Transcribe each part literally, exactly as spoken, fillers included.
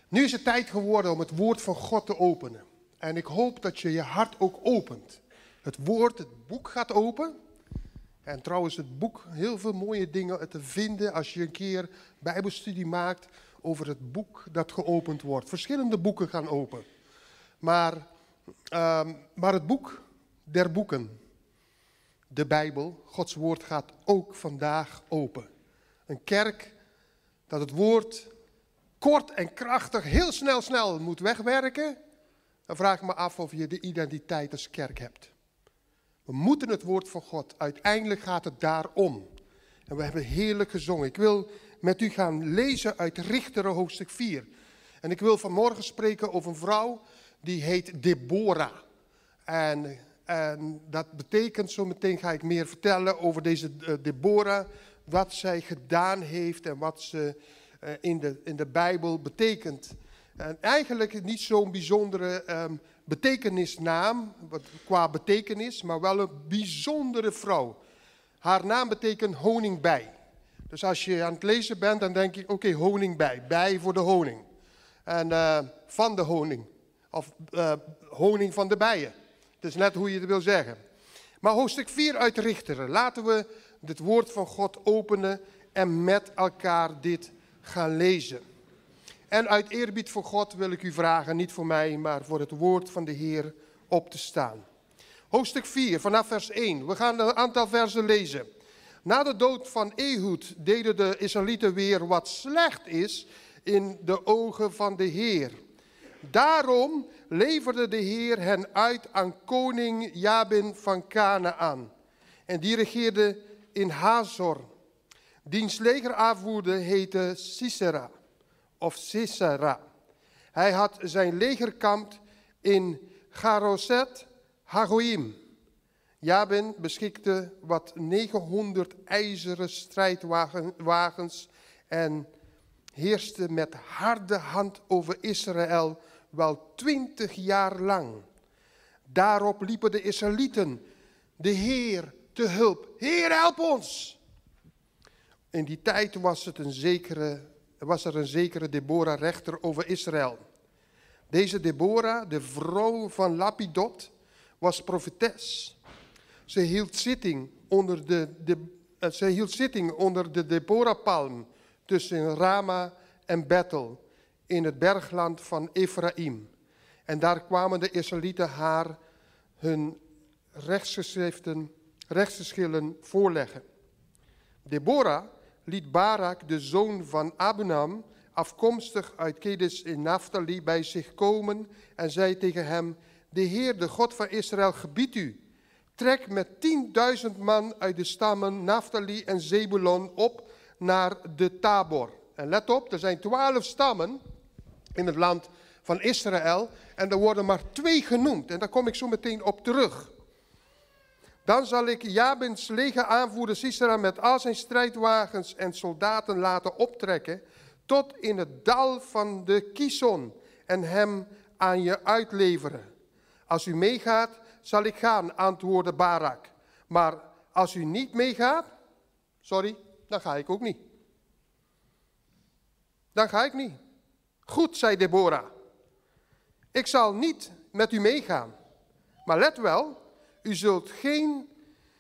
Nu is het tijd geworden om het woord van God te openen. En ik hoop dat je je hart ook opent. Het woord, het boek gaat open. En trouwens, het boek, heel veel mooie dingen te vinden als je een keer bijbelstudie maakt over het boek dat geopend wordt. Verschillende boeken gaan open. Maar, uh, maar het boek der boeken, de Bijbel, Gods woord gaat ook vandaag open. Een kerk dat het woord kort en krachtig heel snel snel moet wegwerken. Dan vraag ik me af of je de identiteit als kerk hebt. We moeten het woord van God. Uiteindelijk gaat het daarom. En we hebben heerlijk gezongen. Ik wil met u gaan lezen uit Richteren hoofdstuk vier. En ik wil vanmorgen spreken over een vrouw die heet Deborah. En, en dat betekent, zometeen ga ik meer vertellen over deze uh, Deborah. Wat zij gedaan heeft en wat ze uh, in, de, in de Bijbel betekent. En eigenlijk niet zo'n bijzondere um, betekenisnaam, qua betekenis, maar wel een bijzondere vrouw. Haar naam betekent honingbij. Dus als je aan het lezen bent, dan denk je, oké, okay, honingbij, bij voor de honing. En uh, van de honing, of uh, honing van de bijen. Het is net hoe je het wil zeggen. Maar hoofdstuk vier uit Richteren, laten we het woord van God openen en met elkaar dit gaan lezen. En uit eerbied voor God wil ik u vragen, niet voor mij, maar voor het woord van de Heer op te staan. Hoofdstuk vier, vanaf vers één. We gaan een aantal versen lezen. Na de dood van Ehud deden de Israëlieten weer wat slecht is in de ogen van de Heer. Daarom leverde de Heer hen uit aan koning Jabin van Kanaan. En die regeerde in Hazor. Diens legeraanvoerder heette Sisera. Of Sisera. Hij had zijn legerkamp in Garoset Hagoim. Jabin beschikte wat negenhonderd ijzeren strijdwagens en heerste met harde hand over Israël wel twintig jaar lang. Daarop liepen de Israëlieten de Heer te hulp. Heer, help ons! In die tijd was het een zekere... was er een zekere Deborah rechter over Israël. Deze Deborah, de vrouw van Lapidot, was profetes. Ze hield zitting onder de, de, uh, ze hield zitting onder de Deborah-palm tussen Rama en Bethel in het bergland van Ephraim. En daar kwamen de Israëlieten haar hun rechtsgeschriften, rechtsgeschillen voorleggen. Deborah liet Barak, de zoon van Abinam, afkomstig uit Kedes in Naphtali, bij zich komen en zei tegen hem: de Heer, de God van Israël, gebiedt u, trek met tienduizend man uit de stammen Naphtali en Zebulon op naar de Tabor. En let op, er zijn twaalf stammen in het land van Israël en er worden maar twee genoemd. En daar kom ik zo meteen op terug. Dan zal ik Jabins legeraanvoerder Sisera met al zijn strijdwagens en soldaten laten optrekken tot in het dal van de Kison en hem aan je uitleveren. Als u meegaat, zal ik gaan, antwoordde Barak. Maar als u niet meegaat, sorry, dan ga ik ook niet. Dan ga ik niet. Goed, zei Deborah. Ik zal niet met u meegaan. Maar let wel, u zult geen...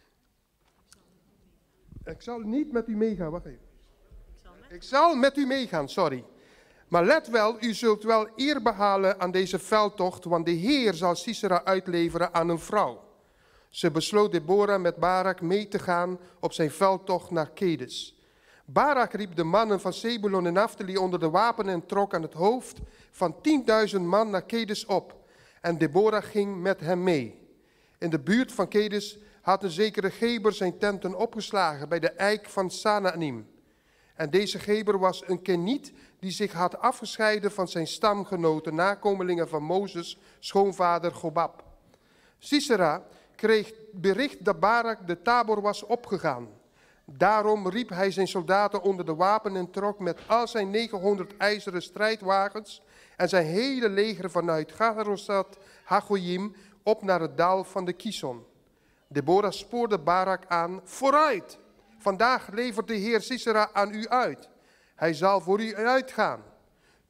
Ik zal niet met u meegaan, wacht even. Ik zal met u meegaan, sorry. Maar let wel, u zult wel eer behalen aan deze veldtocht, want de Heer zal Sisera uitleveren aan een vrouw. Ze besloot Deborah met Barak mee te gaan op zijn veldtocht naar Kedes. Barak riep de mannen van Zebulon en Naphtali onder de wapenen en trok aan het hoofd van tienduizend man naar Kedes op. En Deborah ging met hem mee. In de buurt van Kedes had een zekere Geber zijn tenten opgeslagen bij de eik van Sananim. En deze Geber was een Keniet die zich had afgescheiden van zijn stamgenoten, nakomelingen van Mozes, schoonvader Gobab. Sisera kreeg bericht dat Barak de Tabor was opgegaan. Daarom riep hij zijn soldaten onder de wapen en trok met al zijn negenhonderd ijzeren strijdwagens en zijn hele leger vanuit Garoset Hagoyim op naar het dal van de Kison. Deborah spoorde Barak aan: vooruit! Vandaag levert de Heer Sisera aan u uit. Hij zal voor u uitgaan.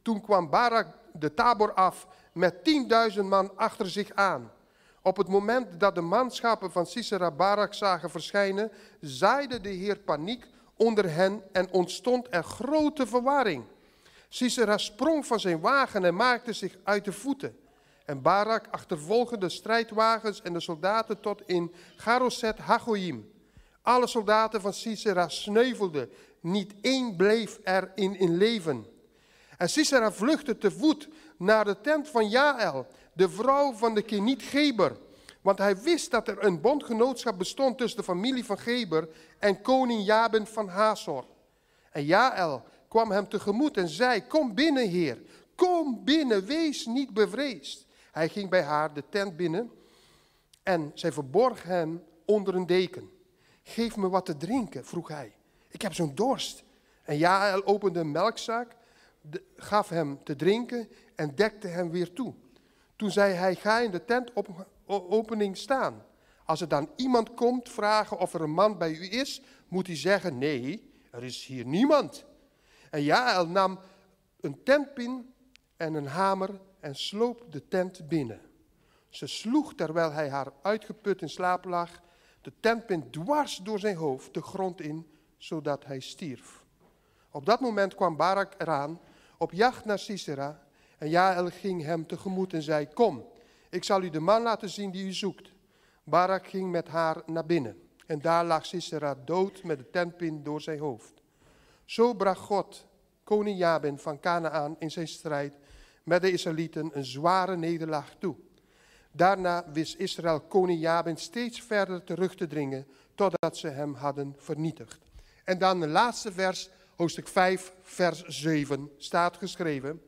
Toen kwam Barak de Tabor af met tienduizend man achter zich aan. Op het moment dat de manschappen van Sisera Barak zagen verschijnen, zaaide de Heer paniek onder hen en ontstond er grote verwarring. Sisera sprong van zijn wagen en maakte zich uit de voeten. En Barak achtervolgde de strijdwagens en de soldaten tot in Garoset Hagoyim. Alle soldaten van Sisera sneuvelden, niet één bleef erin in leven. En Sisera vluchtte te voet naar de tent van Jaël, de vrouw van de Keniet Geber. Want hij wist dat er een bondgenootschap bestond tussen de familie van Geber en koning Jabin van Hazor. En Jaël kwam hem tegemoet en zei, kom binnen, Heer, kom binnen, wees niet bevreesd. Hij ging bij haar de tent binnen en zij verborg hem onder een deken. Geef me wat te drinken, vroeg hij. Ik heb zo'n dorst. En Jaël opende een melkzak, gaf hem te drinken en dekte hem weer toe. Toen zei hij, ga in de tentopening staan. Als er dan iemand komt vragen of er een man bij u is, moet hij zeggen, nee, er is hier niemand. En Jaël nam een tentpin en een hamer en sloop de tent binnen. Ze sloeg, terwijl hij haar uitgeput in slaap lag, de tentpin dwars door zijn hoofd de grond in, zodat hij stierf. Op dat moment kwam Barak eraan, op jacht naar Sisera. En Jaël ging hem tegemoet en zei, kom, ik zal u de man laten zien die u zoekt. Barak ging met haar naar binnen. En daar lag Sisera dood met de tentpin door zijn hoofd. Zo bracht God koning Jabin van Kanaan in zijn strijd met de Israëlieten een zware nederlaag toe. Daarna wist Israël koning Jabin steeds verder terug te dringen, totdat ze hem hadden vernietigd. En dan de laatste vers, hoofdstuk vijf, vers zeven, staat geschreven.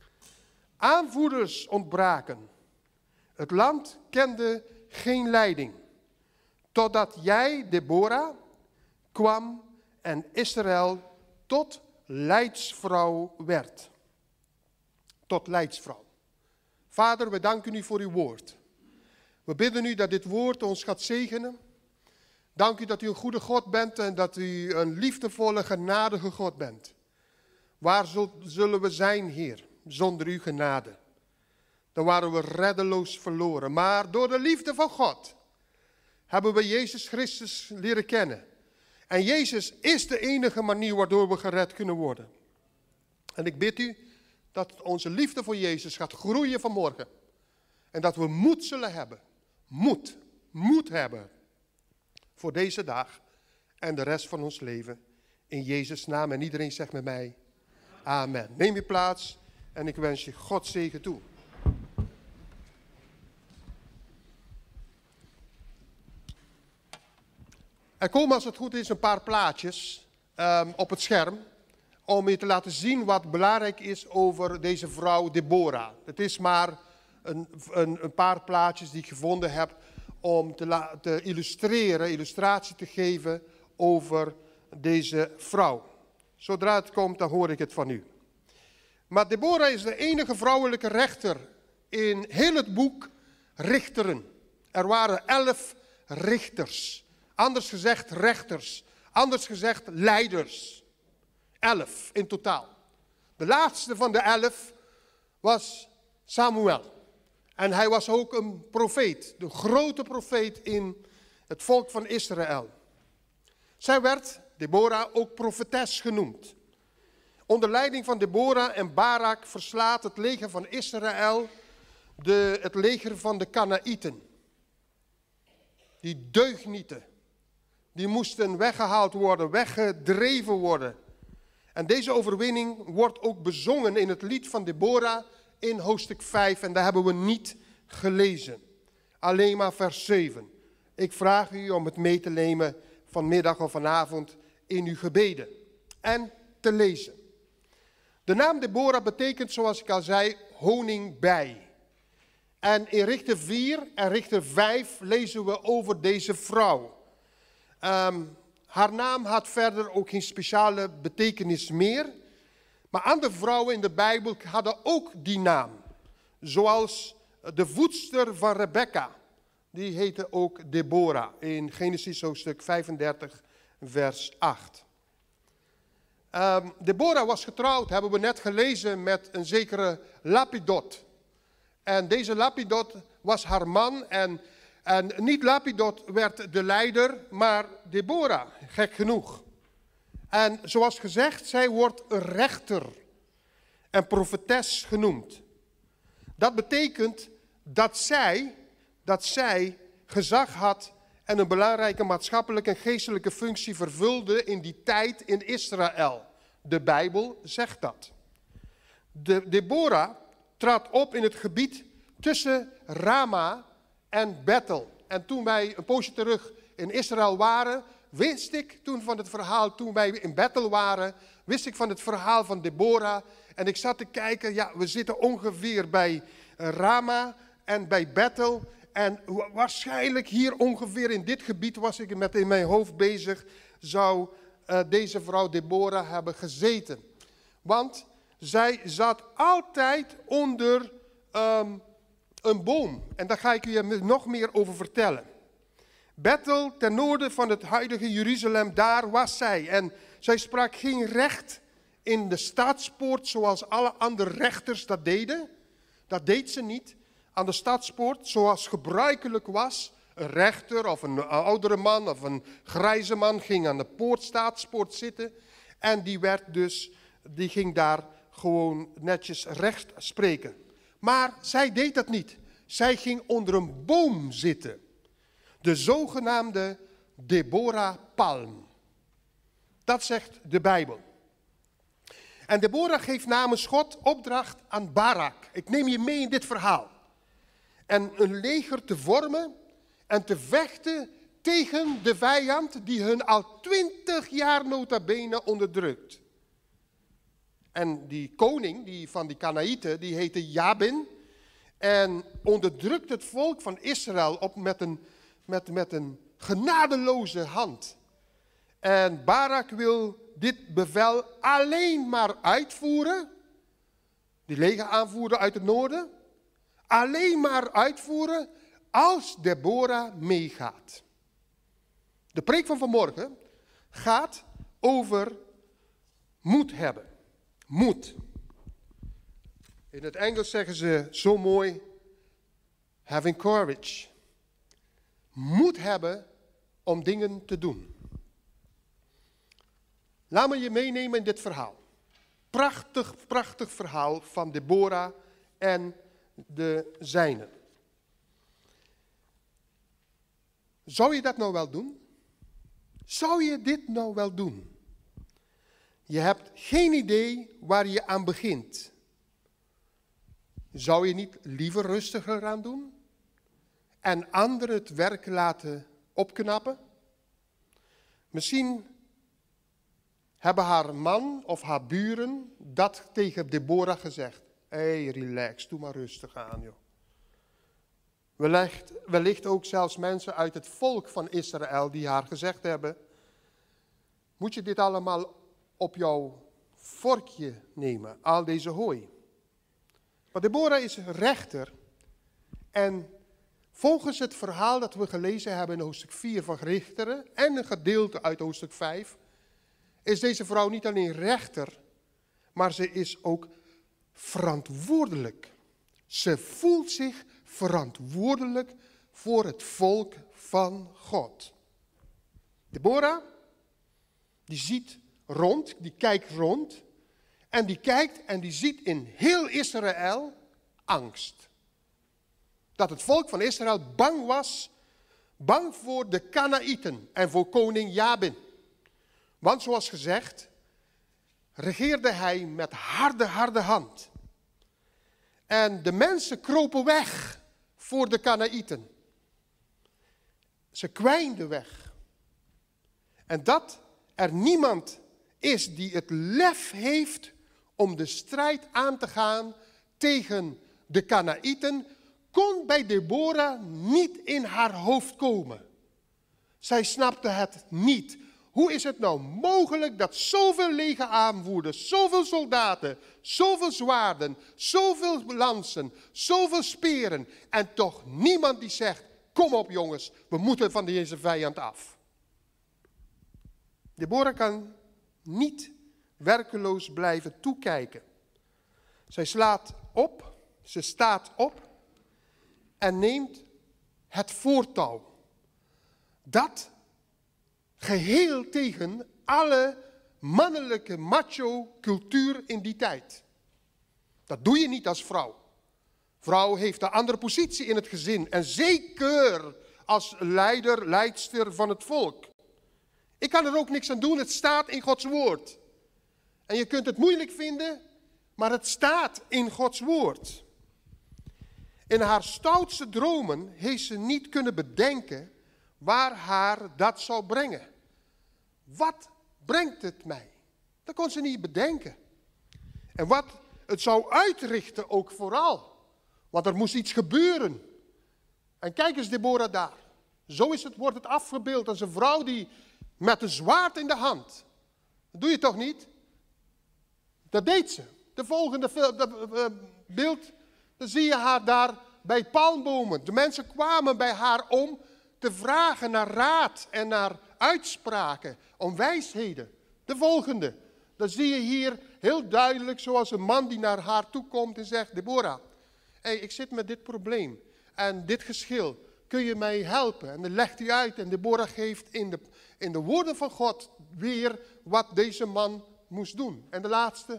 Aanvoerders ontbraken. Het land kende geen leiding. Totdat jij, Deborah, kwam en Israël tot leidsvrouw werd. Tot leidsvrouw. Vader, we danken u voor uw woord. We bidden u dat dit woord ons gaat zegenen. Dank u dat u een goede God bent en dat u een liefdevolle, genadige God bent. Waar zullen we zijn, Heer, zonder uw genade? Dan waren we reddeloos verloren. Maar door de liefde van God hebben we Jezus Christus leren kennen. En Jezus is de enige manier waardoor we gered kunnen worden. En ik bid u dat onze liefde voor Jezus gaat groeien vanmorgen. En dat we moed zullen hebben. Moed. Moed hebben. Voor deze dag en de rest van ons leven. In Jezus' naam. En iedereen zegt met mij. Amen. Neem je plaats en ik wens je Gods zegen toe. Er komen, als het goed is, een paar plaatjes um, op het scherm. Om je te laten zien wat belangrijk is over deze vrouw Deborah. Het is maar een, een, een paar plaatjes die ik gevonden heb om te, te illustreren, illustratie te geven over deze vrouw. Zodra het komt, dan hoor ik het van u. Maar Deborah is de enige vrouwelijke rechter in heel het boek Richteren. Er waren elf richters. Anders gezegd rechters. Anders gezegd leiders. Elf in totaal. De laatste van de elf was Samuel. En hij was ook een profeet. De grote profeet in het volk van Israël. Zij werd, Deborah, ook profetes genoemd. Onder leiding van Deborah en Barak verslaat het leger van Israël de, het leger van de Kanaïten. Die deugnieten. Die moesten weggehaald worden, weggedreven worden. En deze overwinning wordt ook bezongen in het lied van Deborah in hoofdstuk vijf. En daar hebben we niet gelezen. Alleen maar vers zeven. Ik vraag u om het mee te nemen vanmiddag of vanavond in uw gebeden. En te lezen. De naam Deborah betekent, zoals ik al zei, honingbij. En in Richter vier en Richter vijf lezen we over deze vrouw. Um, haar naam had verder ook geen speciale betekenis meer. Maar andere vrouwen in de Bijbel hadden ook die naam. Zoals de voedster van Rebekka. Die heette ook Deborah in Genesis hoofdstuk vijfendertig vers acht. Um, Deborah was getrouwd, hebben we net gelezen, met een zekere Lapidot. En deze Lapidot was haar man. En, en niet Lapidot werd de leider, maar Deborah, gek genoeg. En zoals gezegd, zij wordt een rechter en profetes genoemd. Dat betekent dat zij, dat zij gezag had en een belangrijke maatschappelijke en geestelijke functie vervulde in die tijd in Israël. De Bijbel zegt dat. De, Deborah trad op in het gebied tussen Rama en Bethel. En toen wij een poosje terug in Israël waren, wist ik toen van het verhaal, toen wij in Bethel waren, wist ik van het verhaal van Deborah. En ik zat te kijken, ja, we zitten ongeveer bij Rama en bij Bethel. En waarschijnlijk hier ongeveer in dit gebied was ik met in mijn hoofd bezig, zou uh, deze vrouw Deborah hebben gezeten. Want zij zat altijd onder um, een boom. En daar ga ik u nog meer over vertellen. Bethel, ten noorden van het huidige Jeruzalem, daar was zij. En zij sprak geen recht in de stadspoort zoals alle andere rechters dat deden. Dat deed ze niet. Aan de stadspoort, zoals gebruikelijk was, een rechter of een oudere man of een grijze man ging aan de poort, staatspoort zitten. En die, werd dus, die ging daar gewoon netjes recht spreken. Maar zij deed dat niet. Zij ging onder een boom zitten. De zogenaamde Deborah-palm. Dat zegt de Bijbel. En Deborah geeft namens God opdracht aan Barak. Ik neem je mee in dit verhaal. En een leger te vormen en te vechten tegen de vijand die hun al twintig jaar nota bene onderdrukt. En die koning die van die Kanaïten, die heette Jabin. En onderdrukt het volk van Israël op met een, met, met een genadeloze hand. En Barak wil dit bevel alleen maar uitvoeren. Die legeraanvoerder uit het noorden. Alleen maar uitvoeren als Deborah meegaat. De preek van vanmorgen gaat over moed hebben. Moed. In het Engels zeggen ze zo mooi, having courage. Moed hebben om dingen te doen. Laat me je meenemen in dit verhaal. Prachtig, prachtig verhaal van Deborah en de zijnen. Zou je dat nou wel doen? Zou je dit nou wel doen? Je hebt geen idee waar je aan begint. Zou je niet liever rustiger aan doen? En anderen het werk laten opknappen? Misschien hebben haar man of haar buren dat tegen Deborah gezegd. Hé, hey, relax, doe maar rustig aan, joh. Wellicht, wellicht ook zelfs mensen uit het volk van Israël die haar gezegd hebben, moet je dit allemaal op jouw vorkje nemen, al deze hooi. Maar Deborah is rechter en volgens het verhaal dat we gelezen hebben in hoofdstuk vier van Richteren en een gedeelte uit hoofdstuk vijf, is deze vrouw niet alleen rechter, maar ze is ook verantwoordelijk. Ze voelt zich verantwoordelijk voor het volk van God. Deborah, die ziet rond, die kijkt rond. En die kijkt en die ziet in heel Israël angst. Dat het volk van Israël bang was, bang voor de Kanaïten en voor koning Jabin. Want zoals gezegd, regeerde hij met harde, harde hand. En de mensen kropen weg voor de Kanaïten. Ze kwijnden weg. En dat er niemand is die het lef heeft om de strijd aan te gaan tegen de Kanaïten, kon bij Deborah niet in haar hoofd komen. Zij snapte het niet. Hoe is het nou mogelijk dat zoveel legeraanvoerders, zoveel soldaten, zoveel zwaarden, zoveel lansen, zoveel speren en toch niemand die zegt, kom op jongens, we moeten van deze vijand af. Deborah kan niet werkeloos blijven toekijken. Zij slaat op, ze staat op en neemt het voortouw. Dat geheel tegen alle mannelijke macho-cultuur in die tijd. Dat doe je niet als vrouw. Vrouw heeft een andere positie in het gezin en zeker als leider, leidster van het volk. Ik kan er ook niks aan doen, het staat in Gods woord. En je kunt het moeilijk vinden, maar het staat in Gods woord. In haar stoutste dromen heeft ze niet kunnen bedenken waar haar dat zou brengen. Wat brengt het mij? Dat kon ze niet bedenken. En wat het zou uitrichten ook vooral. Want er moest iets gebeuren. En kijk eens Deborah daar. Zo is het, wordt het afgebeeld als een vrouw die met een zwaard in de hand. Dat doe je toch niet? Dat deed ze. De volgende beeld, dan zie je haar daar bij palmbomen. De mensen kwamen bij haar om te vragen naar raad en naar uitspraken, om wijsheden. De volgende, dan zie je hier heel duidelijk zoals een man die naar haar toe komt en zegt, Deborah, hey, ik zit met dit probleem en dit geschil. Kun je mij helpen? En dan legt hij uit en Deborah geeft in de, in de woorden van God weer wat deze man moest doen. En de laatste,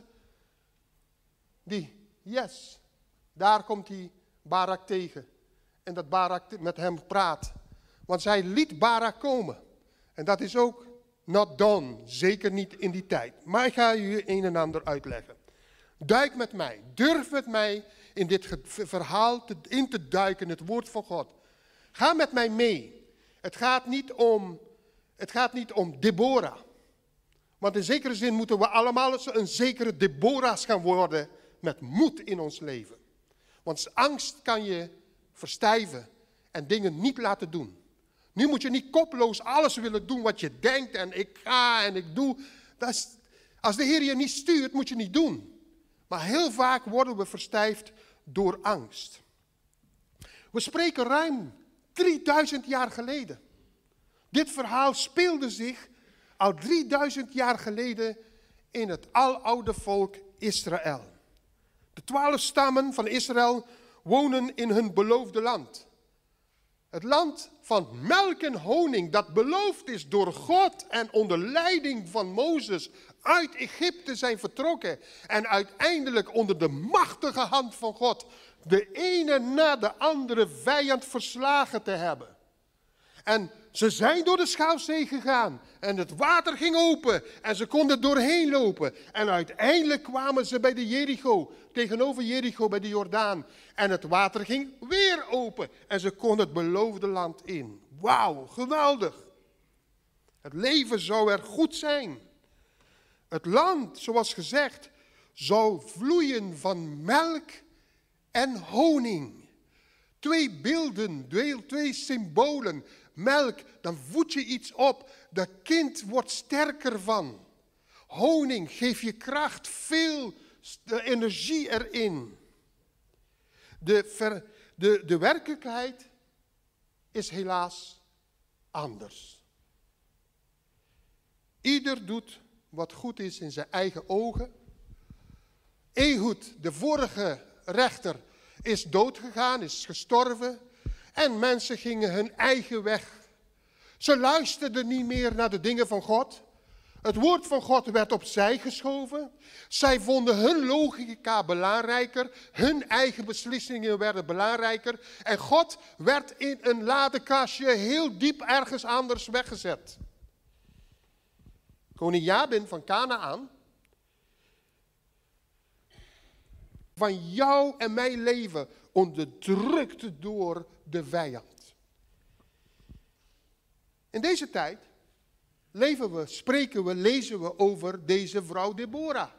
die, yes, daar komt hij Barak tegen. En dat Barak met hem praat. Want zij liet Barak komen. En dat is ook not done, zeker niet in die tijd. Maar ik ga u een en ander uitleggen. Duik met mij, durf met mij in dit verhaal te, in te duiken, het woord van God. Ga met mij mee. Het gaat niet om, het gaat niet om Deborah. Want in zekere zin moeten we allemaal een zekere Deborah's gaan worden met moed in ons leven. Want angst kan je verstijven en dingen niet laten doen. Nu moet je niet koploos alles willen doen wat je denkt en ik ga en ik doe. Dat is, als de Heer je niet stuurt, moet je niet doen. Maar heel vaak worden we verstijfd door angst. We spreken ruim drieduizend jaar geleden. Dit verhaal speelde zich al drieduizend jaar geleden in het aloude volk Israël. De twaalf stammen van Israël wonen in hun beloofde land. Het land van melk en honing dat beloofd is door God en onder leiding van Mozes uit Egypte zijn vertrokken. En uiteindelijk onder de machtige hand van God de ene na de andere vijand verslagen te hebben. En ze zijn door de Schaalzee gegaan en het water ging open en ze konden doorheen lopen. En uiteindelijk kwamen ze bij de Jericho, tegenover Jericho bij de Jordaan. En het water ging weer open en ze konden het beloofde land in. Wauw, geweldig. Het leven zou er goed zijn. Het land, zoals gezegd, zou vloeien van melk en honing. Twee beelden, twee symbolen. Melk, dan voed je iets op. Dat kind wordt sterker van. Honing geeft je kracht, veel energie erin. De, ver, de, de werkelijkheid is helaas anders. Ieder doet wat goed is in zijn eigen ogen. Ehud, de vorige rechter, is doodgegaan, is gestorven. En mensen gingen hun eigen weg. Ze luisterden niet meer naar de dingen van God. Het woord van God werd opzij geschoven. Zij vonden hun logica belangrijker. Hun eigen beslissingen werden belangrijker. En God werd in een ladekastje heel diep ergens anders weggezet. Koning Jabin van Kanaan. Van jou en mijn leven onderdrukt door de vijand. In deze tijd leven we, spreken we, lezen we over deze vrouw Deborah.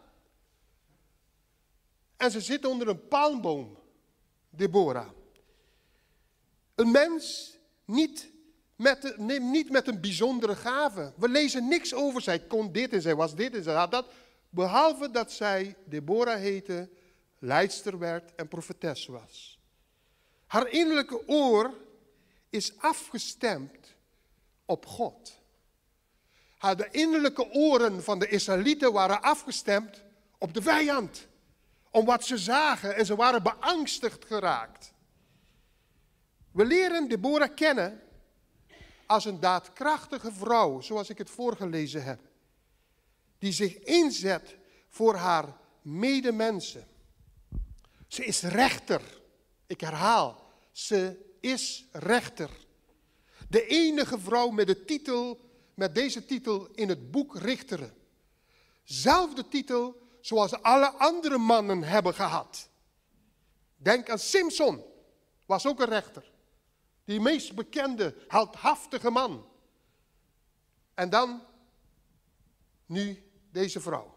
En ze zit onder een palmboom, Deborah. Een mens niet met, nee, niet met een bijzondere gave. We lezen niks over, zij kon dit en zij was dit en zij had dat. Behalve dat zij Deborah heette, leidster werd en profetes was. Haar innerlijke oor is afgestemd op God. De innerlijke oren van de Israëlieten waren afgestemd op de vijand. Om wat ze zagen en ze waren beangstigd geraakt. We leren Deborah kennen als een daadkrachtige vrouw, zoals ik het voorgelezen heb. Die zich inzet voor haar medemensen. Ze is rechter. Ik herhaal, ze is rechter. De enige vrouw met de titel, met deze titel in het boek Richteren. Zelfde titel zoals alle andere mannen hebben gehad. Denk aan Simson, was ook een rechter. Die meest bekende, heldhaftige man. En dan, nu deze vrouw.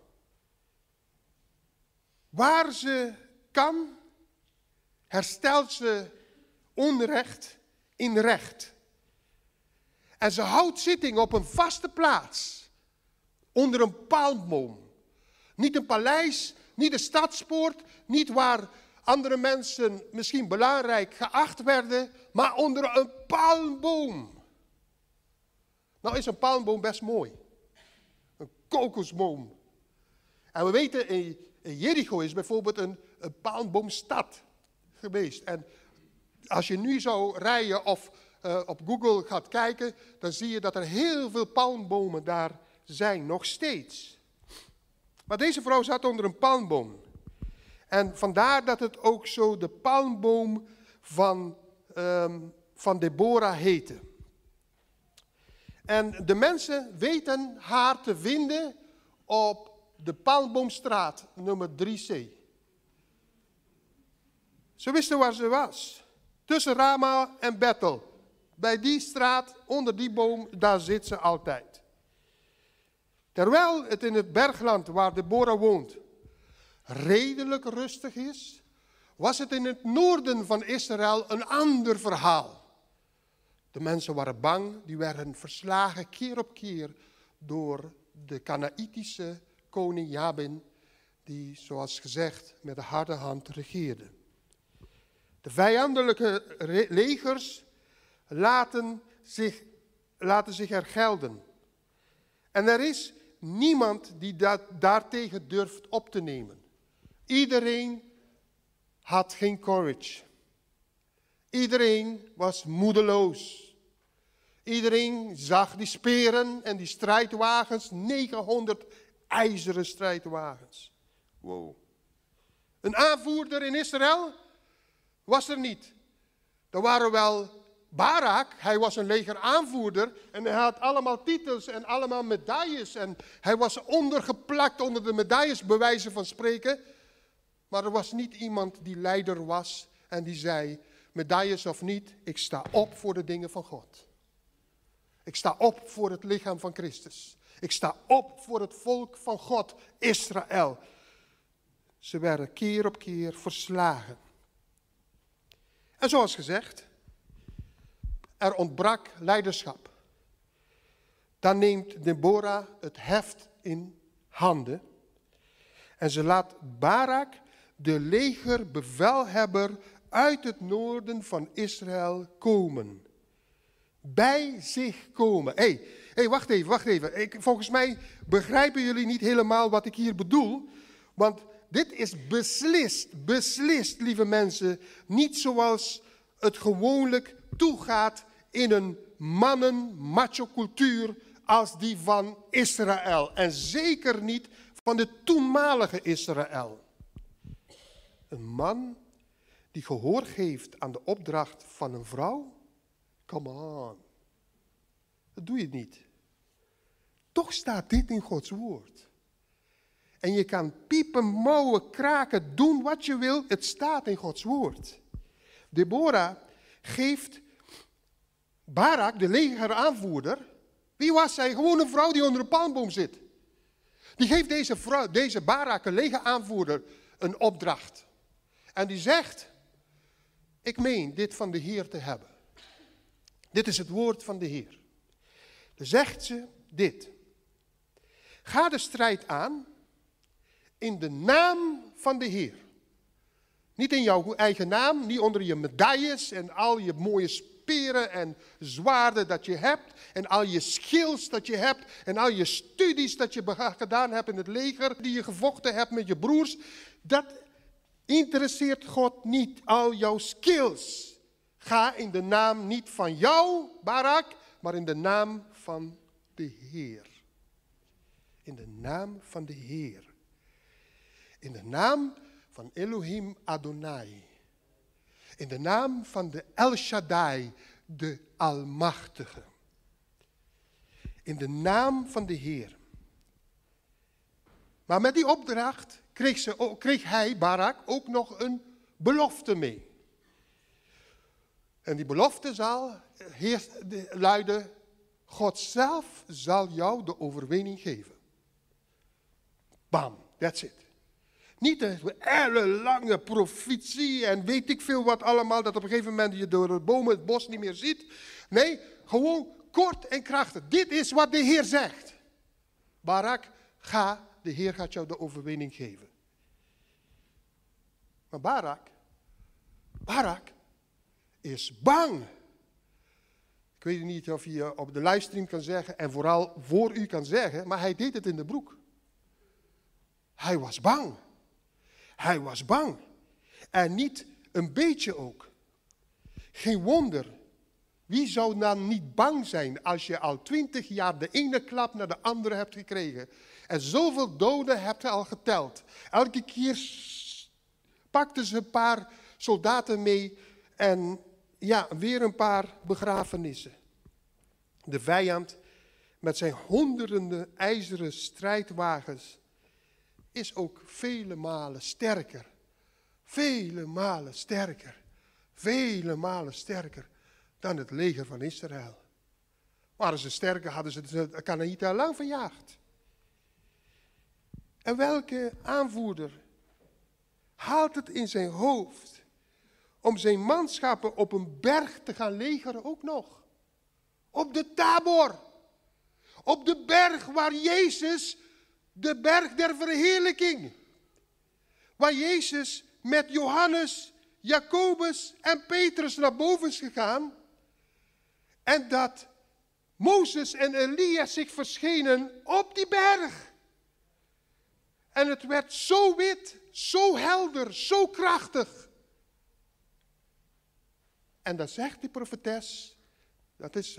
Waar ze kan, herstelt ze onrecht in recht. En ze houdt zitting op een vaste plaats, onder een palmboom. Niet een paleis, niet een stadspoort, niet waar andere mensen misschien belangrijk geacht werden, maar onder een palmboom. Nou is een palmboom best mooi. Een kokosboom. En we weten, in Jericho is bijvoorbeeld een, een palmboomstad geweest. En als je nu zou rijden of uh, op Google gaat kijken, dan zie je dat er heel veel palmbomen daar zijn, nog steeds. Maar deze vrouw zat onder een palmboom. En vandaar dat het ook zo de palmboom van, um, van Deborah heette. En de mensen weten haar te vinden op de Palmboomstraat, nummer drie C. Ze wisten waar ze was. Tussen Rama en Bethel. Bij die straat, onder die boom, daar zit ze altijd. Terwijl het in het bergland waar Deborah woont redelijk rustig is, was het in het noorden van Israël een ander verhaal. De mensen waren bang, die werden verslagen keer op keer door de Kanaïtische koning Jabin, die, zoals gezegd, met de harde hand regeerde. De vijandelijke legers laten zich, laten zich hergelden. En er is niemand die dat, daartegen durft op te nemen. Iedereen had geen courage. Iedereen was moedeloos. Iedereen zag die speren en die strijdwagens, negenhonderd ijzeren strijdwagens. Wow. Een aanvoerder in Israël was er niet. Er waren wel Barak, hij was een legeraanvoerder en hij had allemaal titels en allemaal medailles. En hij was ondergeplakt onder de medailles, bij wijze van spreken. Maar er was niet iemand die leider was en die zei, medailles of niet, ik sta op voor de dingen van God. Ik sta op voor het lichaam van Christus. Ik sta op voor het volk van God, Israël. Ze werden keer op keer verslagen. En zoals gezegd, er ontbrak leiderschap. Dan neemt Deborah het heft in handen. En ze laat Barak, de legerbevelhebber, uit het noorden van Israël komen. Bij zich komen. Hé, hey, hey, wacht even, wacht even. Ik, volgens mij begrijpen jullie niet helemaal wat ik hier bedoel. Want dit is beslist, beslist, lieve mensen, niet zoals het gewoonlijk toegaat in een mannen-macho-cultuur als die van Israël. En zeker niet van de toenmalige Israël. Een man die gehoor geeft aan de opdracht van een vrouw? Come on. Dat doe je niet. Toch staat dit in Gods woord. En je kan piepen, mouwen, kraken, doen wat je wil. Het staat in Gods woord. Deborah geeft Barak, de legeraanvoerder. Wie was zij? Gewoon een vrouw die onder een palmboom zit. Die geeft deze, vrouw, deze Barak, een legeraanvoerder, een opdracht. En die zegt, ik meen dit van de Heer te hebben. Dit is het woord van de Heer. Dan zegt ze dit. Ga de strijd aan in de naam van de Heer. Niet in jouw eigen naam, niet onder je medailles en al je mooie spelen speren en zwaarden dat je hebt. En al je skills dat je hebt. En al je studies dat je gedaan hebt in het leger. Die je gevochten hebt met je broers. Dat interesseert God niet. Al jouw skills. Ga in de naam niet van jou, Barak, maar in de naam van de Heer. In de naam van de Heer. In de naam van Elohim Adonai. In de naam van de El Shaddai, de Almachtige. In de naam van de Heer. Maar met die opdracht kreeg, ze, kreeg hij, Barak, ook nog een belofte mee. En die belofte zal, luidde, God zelf zal jou de overwinning geven. Bam, that's it. Niet een hele lange profetie en weet ik veel wat allemaal, dat op een gegeven moment je door de bomen het bos niet meer ziet. Nee, gewoon kort en krachtig. Dit is wat de Heer zegt. Barak, ga, de Heer gaat jou de overwinning geven. Maar Barak, Barak is bang. Ik weet niet of je op de livestream kan zeggen en vooral voor u kan zeggen, maar hij deed het in de broek. Hij was bang. Hij was bang. En niet een beetje ook. Geen wonder. Wie zou dan niet bang zijn als je al twintig jaar de ene klap naar de andere hebt gekregen. En zoveel doden hebt je al geteld. Elke keer pakten ze een paar soldaten mee en ja, weer een paar begrafenissen. De vijand met zijn honderden ijzeren strijdwagens is ook vele malen sterker. Vele malen sterker. Vele malen sterker dan het leger van Israël. Waren ze sterker, hadden ze de Kanaïten al lang verjaagd. En welke aanvoerder haalt het in zijn hoofd om zijn manschappen op een berg te gaan legeren ook nog? Op de Tabor. Op de berg waar Jezus, de berg der verheerlijking. Waar Jezus met Johannes, Jacobus en Petrus naar boven is gegaan. En dat Mozes en Elia zich verschenen op die berg. En het werd zo wit, zo helder, zo krachtig. En dan zegt die profetes, dat is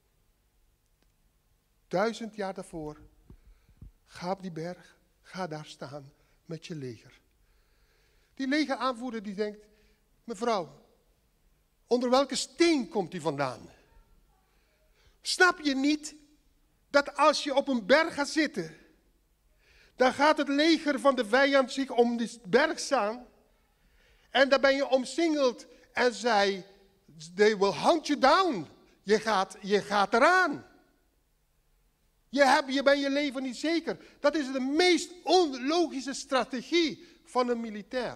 duizend jaar daarvoor, ga op die berg, ga daar staan met je leger. Die legeraanvoerder die denkt, mevrouw, onder welke steen komt die vandaan? Snap je niet dat als je op een berg gaat zitten, dan gaat het leger van de vijand zich om die berg staan. En dan ben je omsingeld en zij, they will hunt you down. Je gaat, je gaat eraan. Je, hebt, je bent je leven niet zeker. Dat is de meest onlogische strategie van een militair.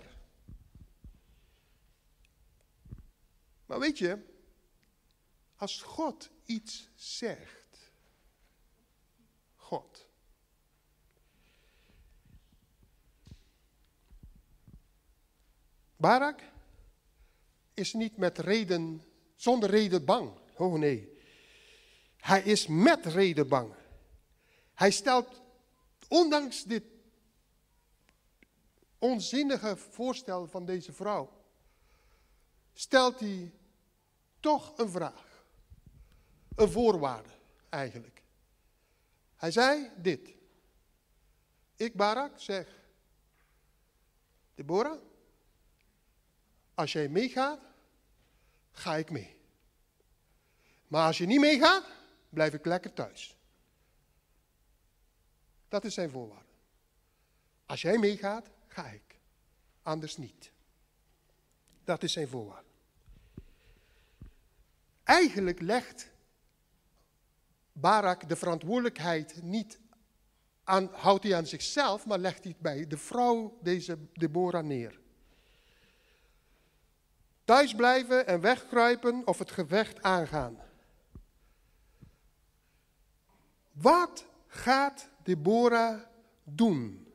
Maar weet je, als God iets zegt, God. Barak is niet met reden, zonder reden bang. Oh nee. Hij is met reden bang. Hij stelt, ondanks dit onzinnige voorstel van deze vrouw, stelt hij toch een vraag. Een voorwaarde eigenlijk. Hij zei dit. Ik, Barak, zeg, Deborah, als jij meegaat, ga ik mee. Maar als je niet meegaat, blijf ik lekker thuis. Dat is zijn voorwaarde. Als jij meegaat, ga ik. Anders niet. Dat is zijn voorwaarde. Eigenlijk legt Barak de verantwoordelijkheid niet aan, houdt hij aan zichzelf, maar legt hij het bij de vrouw, deze Deborah, neer. Thuis blijven en wegkruipen of het gevecht aangaan. Wat gaat Deborah doen?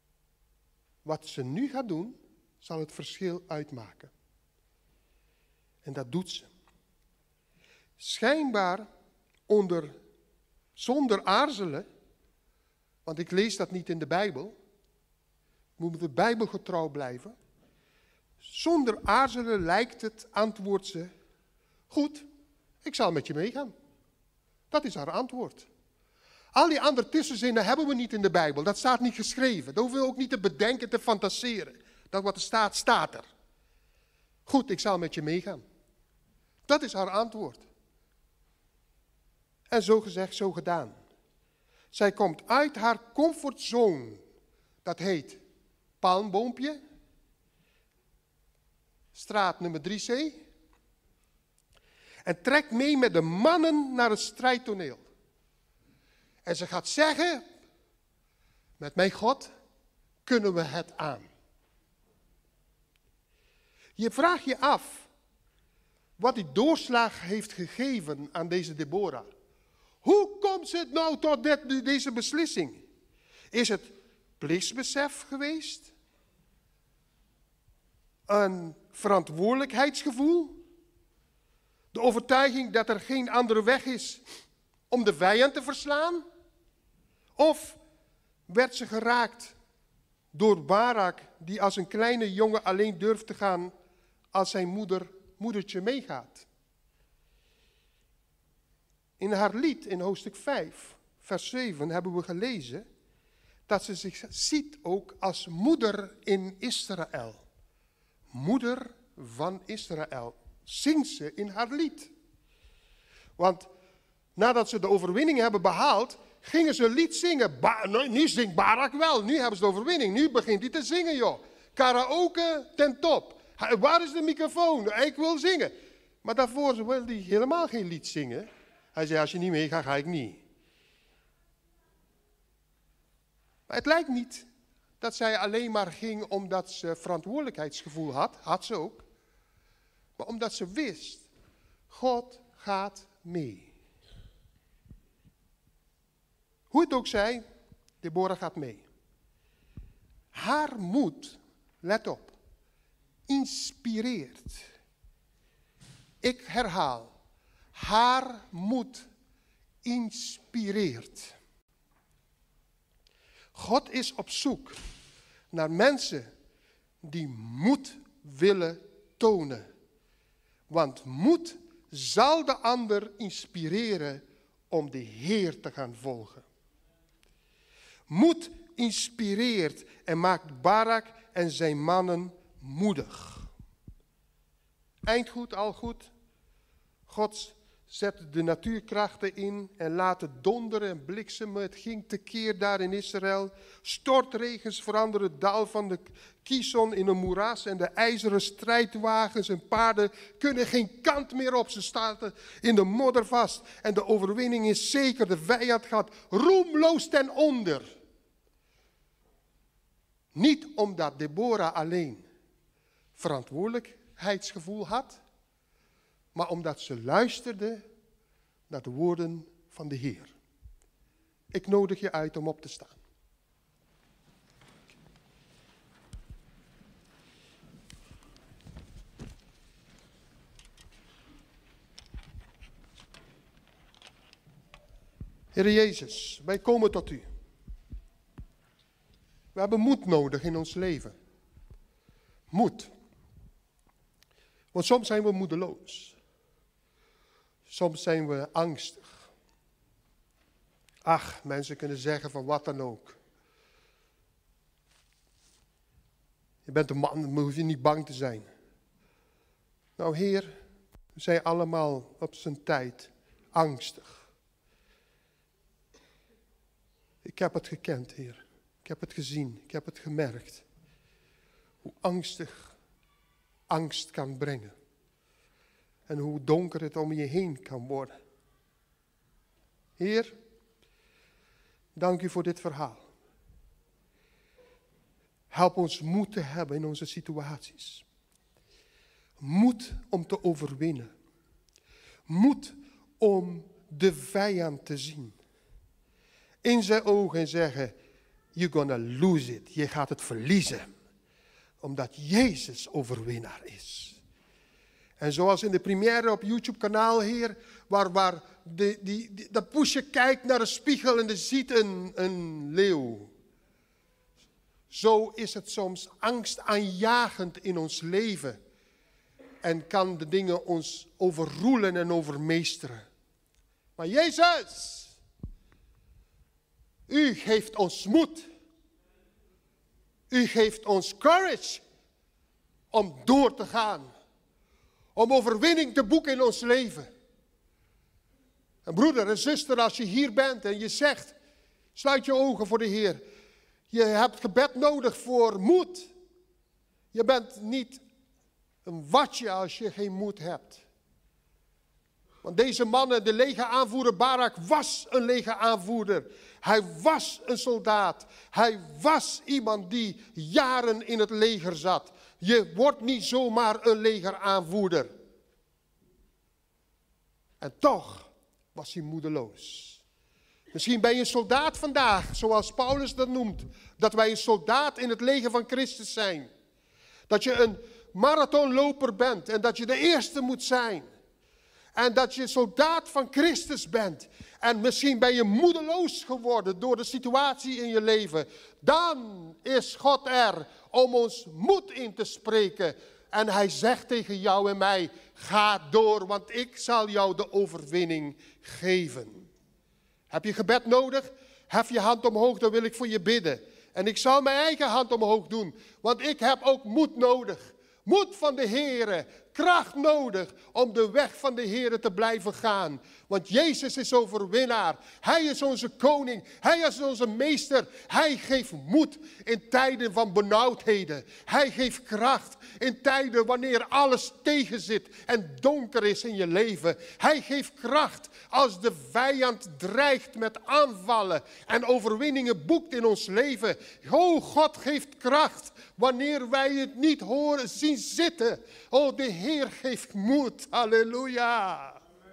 Wat ze nu gaat doen, zal het verschil uitmaken. En dat doet ze. Schijnbaar onder, zonder aarzelen, want ik lees dat niet in de Bijbel. We moeten bijbelgetrouw blijven. Zonder aarzelen lijkt het, antwoordt ze, goed, ik zal met je meegaan. Dat is haar antwoord. Al die andere tussenzinnen hebben we niet in de Bijbel. Dat staat niet geschreven. Dat hoeven we ook niet te bedenken, te fantaseren. Dat wat er staat, staat er. Goed, ik zal met je meegaan. Dat is haar antwoord. En zo gezegd, zo gedaan. Zij komt uit haar comfortzone. Dat heet Palmboompje. Straat nummer drie C. En trekt mee met de mannen naar het strijdtoneel. En ze gaat zeggen, met mijn God kunnen we het aan. Je vraagt je af wat die doorslag heeft gegeven aan deze Deborah. Hoe komt ze nou tot dit, deze beslissing? Is het plichtsbesef geweest? Een verantwoordelijkheidsgevoel? De overtuiging dat er geen andere weg is om de vijand te verslaan? Of werd ze geraakt door Barak, die als een kleine jongen alleen durft te gaan als zijn moeder, moedertje meegaat? In haar lied in hoofdstuk vijf, vers zeven, hebben we gelezen dat ze zich ziet ook als moeder in Israël. Moeder van Israël, zingt ze in haar lied. Want nadat ze de overwinning hebben behaald, gingen ze een lied zingen. Ba- nu zingt Barak wel, nu hebben ze de overwinning. Nu begint hij te zingen, joh. Karaoke ten top. Waar is de microfoon? Ik wil zingen. Maar daarvoor wilde hij helemaal geen lied zingen. Hij zei, als je niet meegaat, ga ik niet. Maar het lijkt niet dat zij alleen maar ging omdat ze verantwoordelijkheidsgevoel had. Had ze ook. Maar omdat ze wist, God gaat mee. Hoe het ook zij, Deborah gaat mee. Haar moed, let op, inspireert. Ik herhaal, haar moed inspireert. God is op zoek naar mensen die moed willen tonen. Want moed zal de ander inspireren om de Heer te gaan volgen. Moed inspireert en maakt Barak en zijn mannen moedig. Eind goed, al goed. God zet de natuurkrachten in en laat het donderen en bliksemen. Het ging tekeer daar in Israël. Stortregens veranderen het dal van de Kison in een moeras. En de ijzeren strijdwagens en paarden kunnen geen kant meer op. Ze staan in de modder vast. En de overwinning is zeker. De vijand gaat roemloos ten onder. Niet omdat Deborah alleen verantwoordelijkheidsgevoel had, maar omdat ze luisterde naar de woorden van de Heer. Ik nodig je uit om op te staan. Heer Jezus, wij komen tot u. We hebben moed nodig in ons leven. Moed. Want soms zijn we moedeloos. Soms zijn we angstig. Ach, mensen kunnen zeggen van wat dan ook. Je bent een man, dan hoef je niet bang te zijn. Nou Heer, we zijn allemaal op zijn tijd angstig. Ik heb het gekend, Heer. Ik heb het gezien, ik heb het gemerkt. Hoe angstig angst kan brengen. En hoe donker het om je heen kan worden. Heer, dank u voor dit verhaal. Help ons moed te hebben in onze situaties. Moed om te overwinnen. Moed om de vijand te zien. In zijn ogen zeggen, you're gonna lose it. Je gaat het verliezen. Omdat Jezus overwinnaar is. En zoals in de première op YouTube-kanaal, Heer, waar, waar de, die, die, dat poesje kijkt naar een spiegel en er ziet een, een leeuw. Zo is het soms angstaanjagend in ons leven. En kan de dingen ons overroelen en overmeesteren. Maar Jezus, u geeft ons moed. U geeft ons courage om door te gaan. Om overwinning te boeken in ons leven. En broeder en zuster, als je hier bent en je zegt, sluit je ogen voor de Heer. Je hebt gebed nodig voor moed. Je bent niet een watje als je geen moed hebt. Want deze mannen, de legeraanvoerder Barak, was een legeraanvoerder. Hij was een soldaat. Hij was iemand die jaren in het leger zat. Je wordt niet zomaar een legeraanvoerder. En toch was hij moedeloos. Misschien ben je een soldaat vandaag, zoals Paulus dat noemt. Dat wij een soldaat in het leger van Christus zijn. Dat je een marathonloper bent en dat je de eerste moet zijn. En dat je soldaat van Christus bent. En misschien ben je moedeloos geworden door de situatie in je leven. Dan is God er om ons moed in te spreken. En hij zegt tegen jou en mij, ga door, want ik zal jou de overwinning geven. Heb je gebed nodig? Hef je hand omhoog, dan wil ik voor je bidden. En ik zal mijn eigen hand omhoog doen, want ik heb ook moed nodig. Moed van de Heere, kracht nodig om de weg van de Heere te blijven gaan. Want Jezus is overwinnaar. Hij is onze koning. Hij is onze meester. Hij geeft moed in tijden van benauwdheden. Hij geeft kracht in tijden wanneer alles tegenzit en donker is in je leven. Hij geeft kracht als de vijand dreigt met aanvallen en overwinningen boekt in ons leven. O, God geeft kracht wanneer wij het niet horen, zien zitten. O, de Heer geeft moed. Halleluja.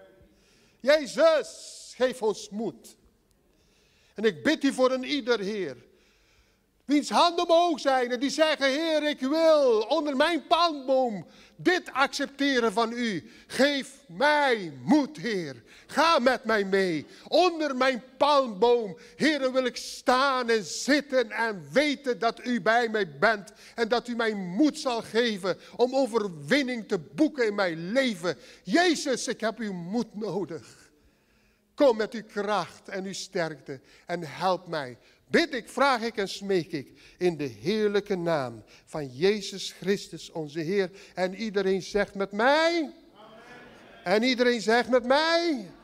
Jezus, geef ons moed. En ik bid u voor een ieder, Heer. Wiens handen omhoog zijn en die zeggen, Heer, ik wil onder mijn palmboom dit accepteren van u. Geef mij moed, Heer. Ga met mij mee. Onder mijn palmboom, Heer, dan wil ik staan en zitten en weten dat u bij mij bent. En dat u mij moed zal geven om overwinning te boeken in mijn leven. Jezus, ik heb uw moed nodig. Kom met uw kracht en uw sterkte en help mij. Bid ik, vraag ik en smeek ik in de heerlijke naam van Jezus Christus onze Heer. En iedereen zegt met mij. Amen. En iedereen zegt met mij.